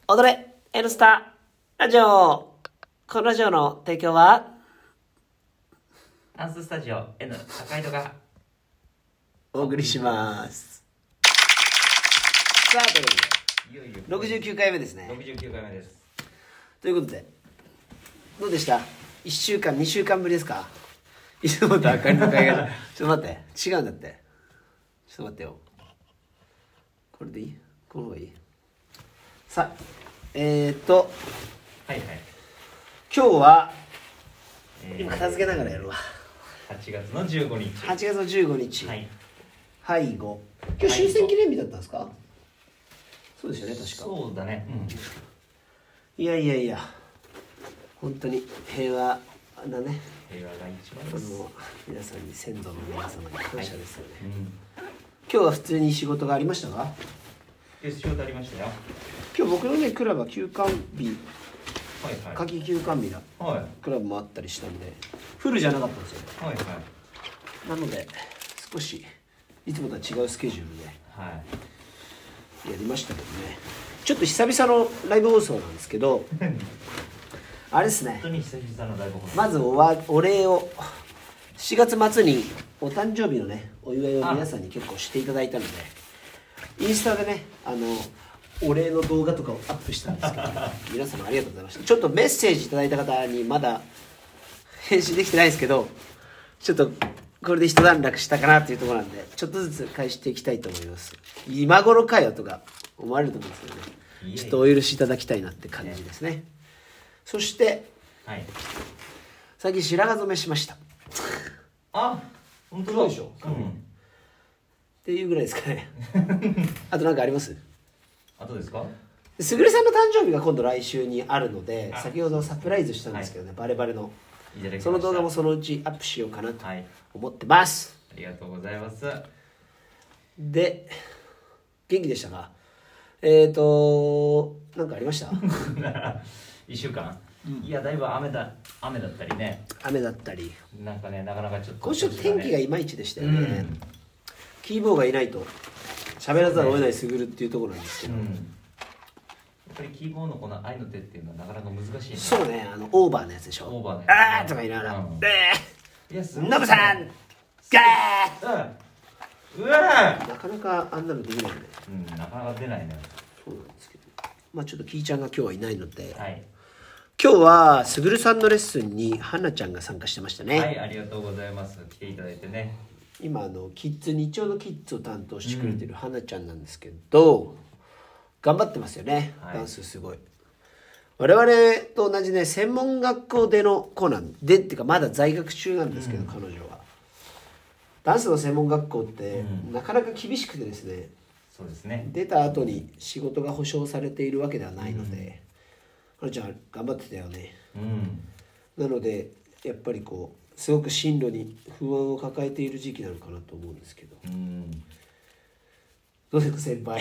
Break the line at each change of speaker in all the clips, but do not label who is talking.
踊れ N スタラジオ。このラジオの提供は
ダンススタジオ N 赤井戸が
お送りします。さあということ
いよいよ
で69回目ですね。
69回目です。
ということでどうでした？1週間2週間ぶりですか？いつもと明かりの会がちょっと待って違うんだって。ちょっと待ってよ。これでいい？この方がいい？さあ
はいはい。
今日は、今片付けながらやるわ。
8月の15日。
8月の15日。
はい。
背後。今日終戦記念日だったんですか？そうですよね、確か。
そうだね。
いや。本当に平和なね。
平和が一番です。
皆さんに先祖の皆様に感謝ですよね。
今
日は普通に仕事がありましたか？
仕事ありましたよ。
今日僕のねクラブは休館日、
はい。
夏季休館日だ。
はい。
クラブもあったりしたんでフルじゃなかったんですよ。
はい。
なので少しいつもとは違うスケジュールでやりましたけどね。ちょっと久々のライブ放送なんですけどあれですね。
本当に久々のライブ放送。
まずお礼を7月末にお誕生日のねお祝いを皆さんに結構していただいたのでインスタでねお礼の動画とかをアップしたんですけど皆様ありがとうございました。ちょっとメッセージいただいた方にまだ返信できてないですけどちょっとこれで一段落したかなっていうところなんでちょっとずつ返していきたいと思います。今頃かよとか思われると思うんですけどねちょっとお許しいただきたいなって感じですね。そして、最近白髪染めしました。
あ、本当だ。
そうでしょ、っていうぐらいですかねあと何かあります？
あとですか？
すぐるさんの誕生日が今度来週にあるので先ほどサプライズしたんですけどね、バレバレのその動画もそのうちアップしようかなと思ってます、
ありがとうございます。
で元気でしたか？なんかありました
1週間、いやだいぶ雨だったりね。
雨だったり
なんかねなかなかちょっと
今週天気がいまいちでしたよね、キーボーがいないと喋らざるを得ないすぐるっていうところなんですけど、
やっぱりキーボーのこの愛の手っていうのはなかなか難しいね。
そうねオーバーのやつでしょ。
オーバーのやつ、
あーとか言いながら
いやすごい
ノブさんガー
うわ
なかなかあんなのできないね。
なかなか出ないね。
そうなんですけどまあちょっとキーちゃんが今日はいないので、
はい、
今日はすぐるさんのレッスンにはなちゃんが参加してましたね。
はい、ありがとうございます。来ていただいてね。
今キッズ日曜のキッズを担当してくれてるはなちゃんなんですけど、頑張ってますよね、ダンスすごい。我々と同じね専門学校での子なんでっていうかまだ在学中なんですけど、彼女はダンスの専門学校って、なかなか厳しくてですね。
そうですね。
出た後に仕事が保証されているわけではないので、はなちゃん頑張ってたよね、なのでやっぱりすごく進路に不安を抱えている時期なのかなと思うんですけど、どうですか先輩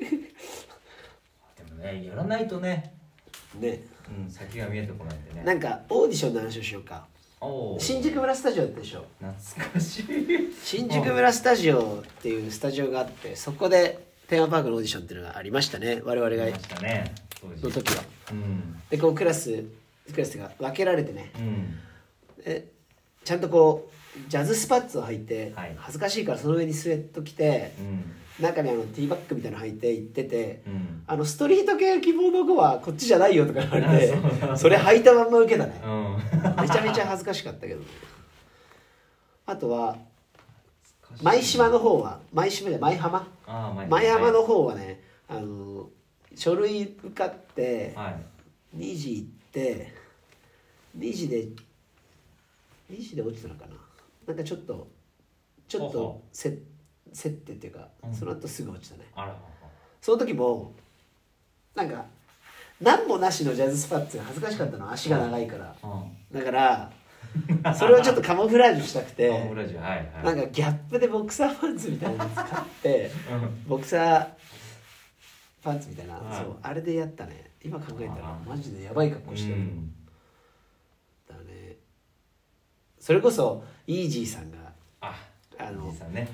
でもねやらないとね先が見えてこないんでね。
なんかオーディションの話をしようか。新宿村スタジオだったでしょ。
懐かしい
新宿村スタジオっていうスタジオがあってそこでテーマパークのオーディションっていうのがありましたね、我々がの時は。でクラスが分けられてね、ちゃんとジャズスパッツを履いて、恥ずかしいからその上にスウェット着て、中にティーバッグみたいなの履いて行ってて、ストリート系希望の子はこっちじゃないよとか言われてそれ履いたまんま受けたね、めちゃめちゃ恥ずかしかったけど、あとは舞浜の方は舞浜の方はね書類受かって、2時行って2時で落ちたのかな。なんかちょっと競ってっていうか、その後すぐ落ちたね。その時もなんか何もなしのジャズスパッツが恥ずかしかったの、足が長いから、だからそれをちょっとカモフラージュしたくてなんかギャップでボクサーパンツみたいなの使ってボクサーパンツみたいな、そうあれでやったね。今考えたらマジでやばい格好してる、だね。それこそイージーさんが
イージーさんね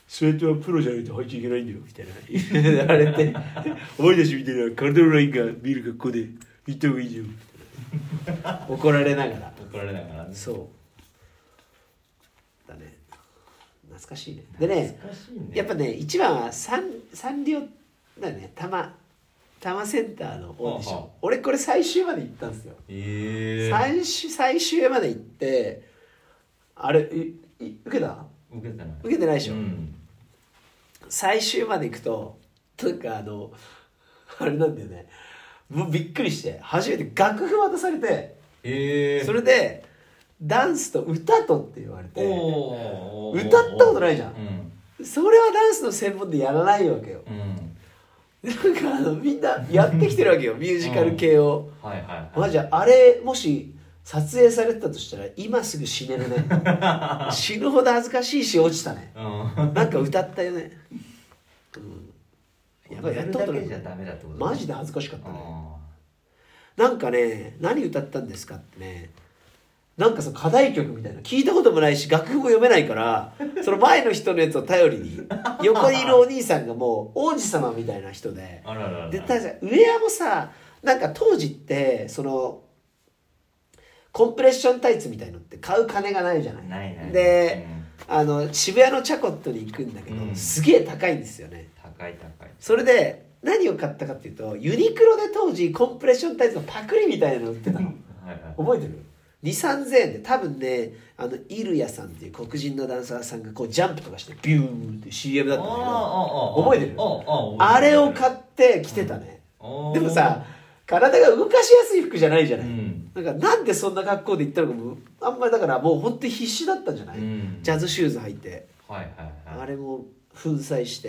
スウェットはプロじゃないと履いちゃいけないんだよみたいな言われてお前たちみたいな体のラインが見る格好で行った方がいいじゃん怒られながら
ね、
そうだね、懐かしいね。でね、やっぱね一番はサンリオだね、多摩センターのオーディション、俺これ最終まで行ったんですよ。最終まで行って、あれ受けた？受けてないでしょ、うん、最終まで行くとなんかあれなんだよね、もうびっくりして初めて楽譜渡されて、それでダンスと歌とって言われて、歌ったことないじゃん、うん、それはダンスの専門でやらないわけよ、うん、なんかみんなやってきてるわけよミュージカル系を、うん、はいはいはい、マジあれもし撮影されてたとしたら今すぐ死ねるね死ぬほど恥ずかしいし落ちたね、うん、なんか歌ったよね、うん、やばい、やったことない。マジで恥ずかしかったね。なんかね、何歌ったんですかってね、なんかその課題曲みたいな聞いたこともないし楽譜も読めないからその前の人のやつを頼りに横にいるお兄さんがもう王子様みたいな人で、でただウェアもさ、なんか当時ってそのコンプレッションタイツみたいのって買う金がないじゃない。ないで、うん、渋谷のチャコットに行くんだけど、うん、すげえ高いんですよね。高い。それで何を買ったかっていうと、ユニクロで当時コンプレッションタイツのパクリみたいなの売ってたのはい、覚えてる？ 2,3000 円で多分ね、イルヤさんっていう黒人のダンサーさんがこうジャンプとかしてビューンって CM だったんだけど、覚えてる？あれを買って着てたね、うん、でもさ体が動かしやすい服じゃないじゃない、うん、なんでそんな格好で行ったのかもあんまり、だからもう本当に必死だったんじゃない、うん、ジャズシューズ履いて、はいはいはい、あれも粉砕して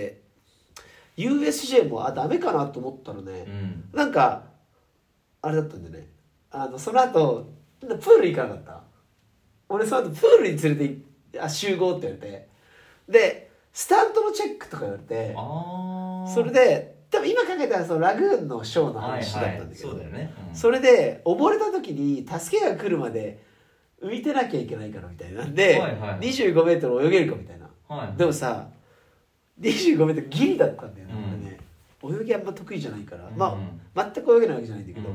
USJ もダメかなと思ったらね、うん、なんかあれだったんでね、その後プール行かなかった。俺その後プールに連れて集合って言われて、でスタントのチェックとか言われて、それで多分今考えたらそのラグーンのショーの話だったんだけど、はいはい、そうだよね、うん、それで溺れた時に助けが来るまで浮いてなきゃいけないからみたいなんで、はいはい、25メートル泳げるかみたいな、はいはい、でもさ25メートルギリだったんだよね、うん、泳ぎあんま得意じゃないから、うん、まあ全く泳げないわけじゃないんだけど、うん、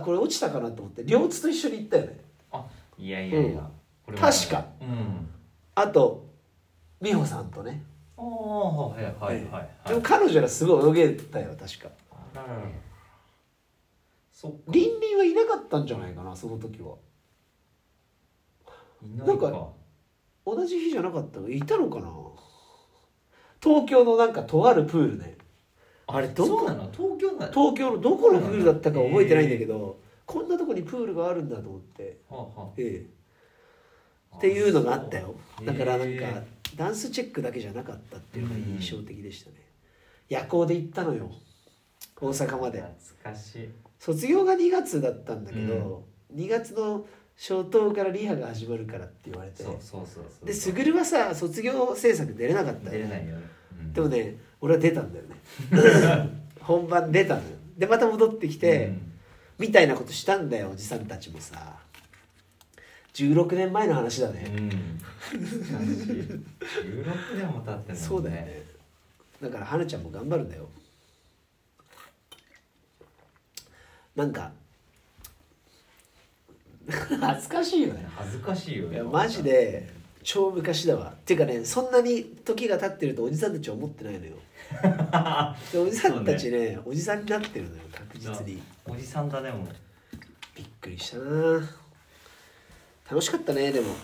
これ落ちたかなと思って両津と一緒に行ったよね。いや、うん、これ確か、うん、あと美穂さんとね、はいはいはいはい、でも彼女らすごい泳げたよ確か。リンリンはいなかったんじゃないかなその時は。なんか同じ日じゃなかったの？いたのかな。東京のなんかとあるプールね。あれどこなの？東京のどこのプールだったか覚えてないんだけど、こんなとこにプールがあるんだと思って、っていうのがあったよ。だからなんかダンスチェックだけじゃなかったっていうのが印象的でしたね。夜行で行ったのよ大阪まで。懐かしい。卒業が2月だったんだけど、2月の初頭からリハが始まるからって言われて、でスグルはさ卒業制作出れなかったよね。出れないよね、でもね俺は出たんだよね本番出たのよ。でまた戻ってきて、みたいなことしたんだよおじさんたちもさ。16年前の話だね、16年も経ってんのね。そうだよね。だから花ちゃんも頑張るんだよ。なんか恥ずかしいよね。恥ずかしいよね。いやマジで超昔だわ。っていうかね、そんなに時が経ってるとおじさんたちは思ってないのよでおじさんたち ねおじさんになってるのよ確実に。おじさんだねもう。びっくりしたな。楽しかったね。でも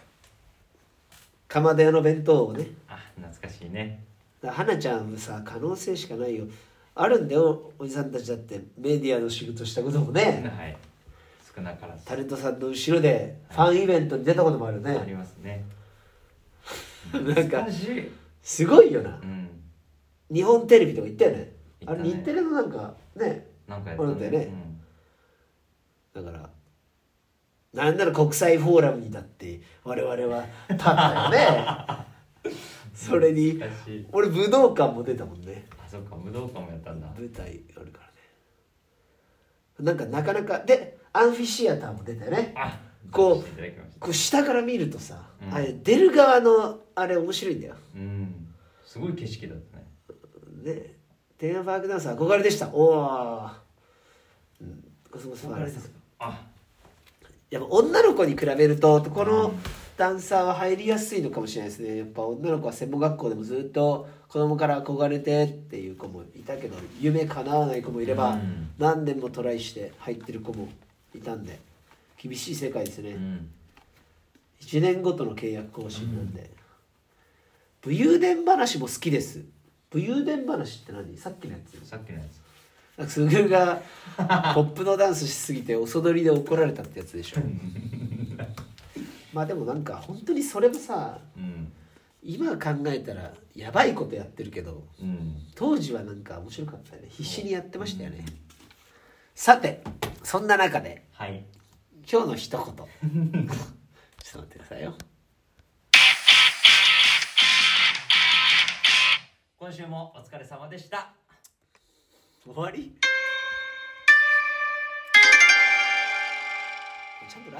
釜田屋の弁当をね、懐かしいね。花ちゃんさ可能性しかないよ。あるんだよおじさんたちだってメディアの仕事したこともね、はい、少なからずタレントさんの後ろでファンイベントに出たこともあるね、はい、ありますねなんかすごいよな、うん、日本テレビとか行ったよね。あれ日テレのなんかね、なんかやったね、ね、うん、だからなんなら国際フォーラムにだって我々は立ったよねそれに俺武道館も出たもんね。あ、そっか武道館もやったんだ。舞台あるからね。なんかなかなかでアンフィシアターも出たよね。あ、 こう下から見るとさ、あれ出る側のあれ面白いんだよ。
すごい景色だったね。
ね、テーマパークダンス憧れでした。おお、コスモスファーラーさん。やっぱ女の子に比べるとこのダンサーは入りやすいのかもしれないですね。やっぱ女の子は専門学校でもずっと子供から憧れてっていう子もいたけど、夢叶わない子もいれば、何年もトライして入ってる子もいたんで、厳しい世界ですね。1年ごとの契約更新なんで。武勇伝話も好きです。武勇伝話って何？さっきのやつ。
さっきのやつ。
すぐがポップのダンスしすぎておそどりで怒られたってやつでしょ。まあでもなんか本当にそれもさ、今考えたらやばいことやってるけど、当時はなんか面白かったよね。必死にやってましたよね。さてそんな中で、今日の一言ちょっと待ってくださいよ。
今週もお疲れ様でした。
終わり？ちゃんと